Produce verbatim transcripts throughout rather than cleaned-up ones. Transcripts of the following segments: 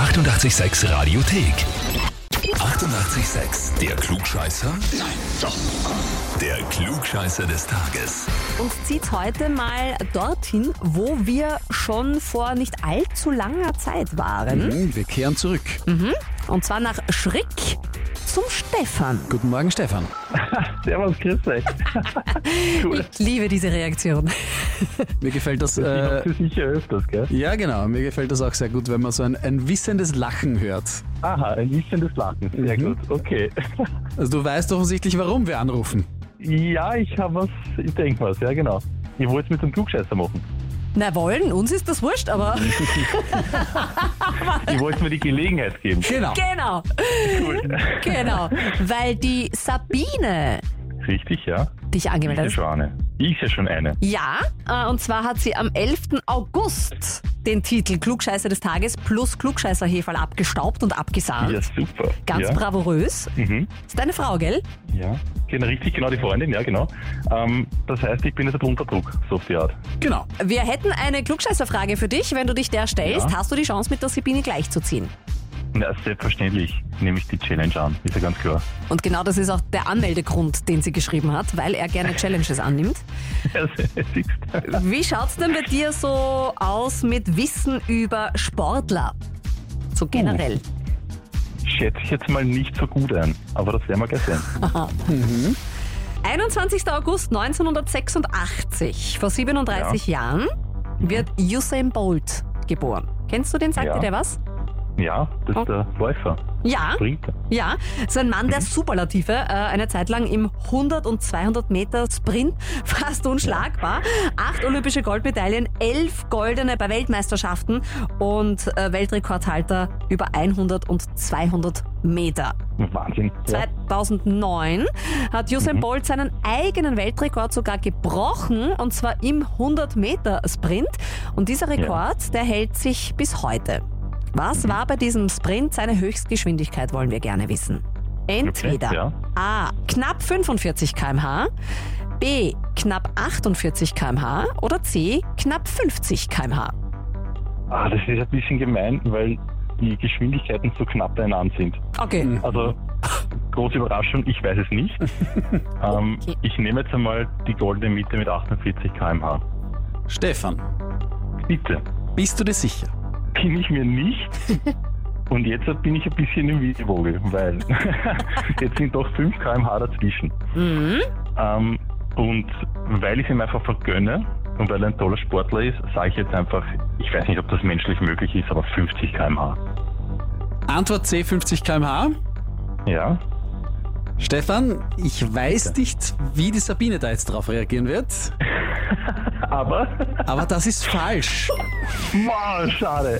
achtundachtzig Komma sechs Radiothek. achtundachtzig Komma sechs. Der Klugscheißer? Nein, doch. Der Klugscheißer des Tages. Uns zieht heute mal dorthin, wo wir schon vor nicht allzu langer Zeit waren. Mhm, wir kehren zurück. Mhm. Und zwar nach Schrick zum Stefan. Guten Morgen, Stefan. Servus, grüß euch. Cool. Ich liebe diese Reaktion. Mir gefällt das. Ich Äh, hab das sicher öfters, gell? ja, genau. Mir gefällt das auch sehr gut, wenn man so ein, ein wissendes Lachen hört. Aha, ein wissendes Lachen. Sehr Mhm. gut, okay. Also du weißt offensichtlich, warum wir anrufen. Ja, ich habe was, ich denke was, ja genau. Ich wollte es mit dem Klugscheißer machen. Na wollen, uns ist das wurscht, aber Ich wollte mir die Gelegenheit geben. Genau. genau, Cool. genau. Weil die Sabine Richtig, ja. dich Ich angemeldet ja hat. schon eine. Ich ja schon eine. Ja, äh, und zwar hat sie am elften August den Titel Klugscheißer des Tages plus Klugscheißer-Heferl abgestaubt und abgesahnt. Ja, super. Ganz ja. bravourös. Mhm. Ist deine Frau, gell? Ja, genau, richtig, genau die Freundin, ja genau. Ähm, das heißt, ich bin jetzt unter Druck, so auf die Art. Genau. Wir hätten eine Klugscheißerfrage für dich. Wenn du dich der stellst, Ja. hast du die Chance, mit der Sabine gleichzuziehen. Na, selbstverständlich nehme ich die Challenge an, ist ja ganz klar. Und genau das ist auch der Anmeldegrund, den sie geschrieben hat, weil er gerne Challenges annimmt. Ja, siehst du. Wie schaut's denn bei dir so aus mit Wissen über Sportler? So generell. Schätze ich jetzt mal nicht so gut ein, aber das werden wir gleich sehen. einundzwanzigster August neunzehnhundertsechsundachtzig, vor siebenunddreißig Jahren, wird Usain Bolt geboren. Kennst du den? Sagt Ja. dir der was? Ja, das Oh. ist der Läufer, Ja, Sprinter. ja. So ein Mann der Superlative, äh, eine Zeit lang im hundert und zweihundert Meter Sprint fast unschlagbar. Acht olympische Goldmedaillen, elf goldene bei Weltmeisterschaften und äh, Weltrekordhalter über hundert und zweihundert Meter. Wahnsinn. Ja. zweitausendneun hat Usain Bolt seinen eigenen Weltrekord sogar gebrochen, und zwar im hundert Meter Sprint. Und dieser Rekord, der hält sich bis heute. Was war bei diesem Sprint seine Höchstgeschwindigkeit, wollen wir gerne wissen. Entweder Okay, ja. A, knapp fünfundvierzig Kilometer pro Stunde, B, knapp achtundvierzig Kilometer pro Stunde oder C, knapp fünfzig Kilometer pro Stunde. Ah, das ist ein bisschen gemein, weil die Geschwindigkeiten so knapp beieinander sind. Okay. Also, große Überraschung, ich weiß es nicht. ähm, Okay. ich nehme jetzt einmal die goldene Mitte mit achtundvierzig Kilometer pro Stunde. Stefan, Bitte. bist du dir sicher? Bin ich mir nicht. Und jetzt bin ich ein bisschen im Wirbel, weil jetzt sind doch fünf Kilometer pro Stunde dazwischen. Mhm. Ähm, und weil ich es ihm einfach vergönne und weil er ein toller Sportler ist, sage ich jetzt einfach, ich weiß nicht, ob das menschlich möglich ist, aber fünfzig Kilometer pro Stunde. Antwort C, fünfzig Kilometer pro Stunde. Ja, Stefan, ich weiß nicht, wie die Sabine da jetzt drauf reagieren wird, aber... aber das ist falsch. Wow, schade.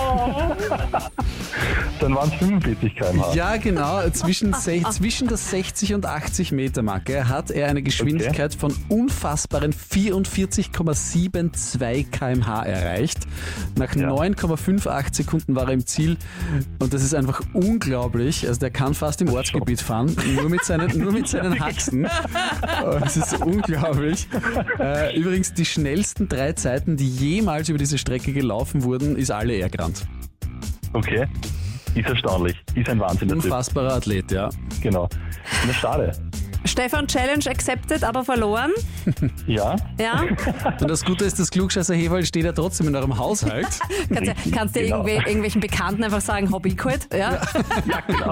Dann waren es fünfundvierzig Kilometer pro Stunde. Ja, genau. Zwischen, sech- zwischen der sechzig und achtzig Meter Marke hat er eine Geschwindigkeit von unfassbaren vierundvierzig Komma zweiundsiebzig Kilometer pro Stunde erreicht. Nach Ja. neun Komma achtzehn Sekunden war er im Ziel. Und das ist einfach unglaublich. Also der kann fast im Ortsgebiet fahren, nur mit seinen, nur mit seinen Haxen. Oh, das ist unglaublich. Äh, übrigens, die schnellsten drei Zeiten, die jemals über diese Strecke gelaufen wurden, ist alle er gerannt. Okay, ist erstaunlich. Ist ein Wahnsinn. der Typ. Unfassbarer Athlet, ja. Genau. Na, schade. Stefan, Challenge accepted, aber verloren. Ja, Ja? Und das Gute ist, das Klugscheißer-Heferl steht ja trotzdem in eurem Haushalt. Kannst, ja, kannst dir Genau. irgendwe, irgendwelchen Bekannten einfach sagen, hab ich geholt? Ja? ja genau.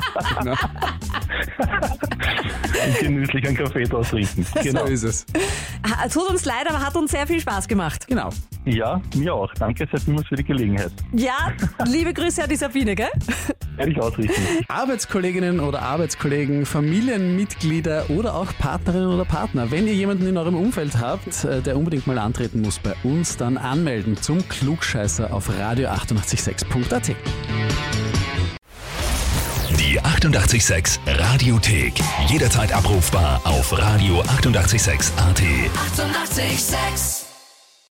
Und genüsslich einen Kaffee draus trinken. Genau. So ist es. Ha- Tut uns leid, aber hat uns sehr viel Spaß gemacht. Genau. Ja, mir auch. Danke sehr vielmals für die Gelegenheit. Ja, liebe Grüße an die Sabine, gell? Werde ich ausrichten. Arbeitskolleginnen oder Arbeitskollegen, Familienmitglieder oder auch Partnerinnen oder Partner. Wenn ihr jemanden in eurem Umfeld habt, äh, der unbedingt mal antreten muss bei uns, dann anmelden zum Klugscheißer auf radio achtundachtzig Komma sechs Punkt a t. Die achtundachtzig Komma sechs Radiothek. Jederzeit abrufbar auf radio achtundachtzig Komma sechs Punkt a t. achtundachtzig Komma sechs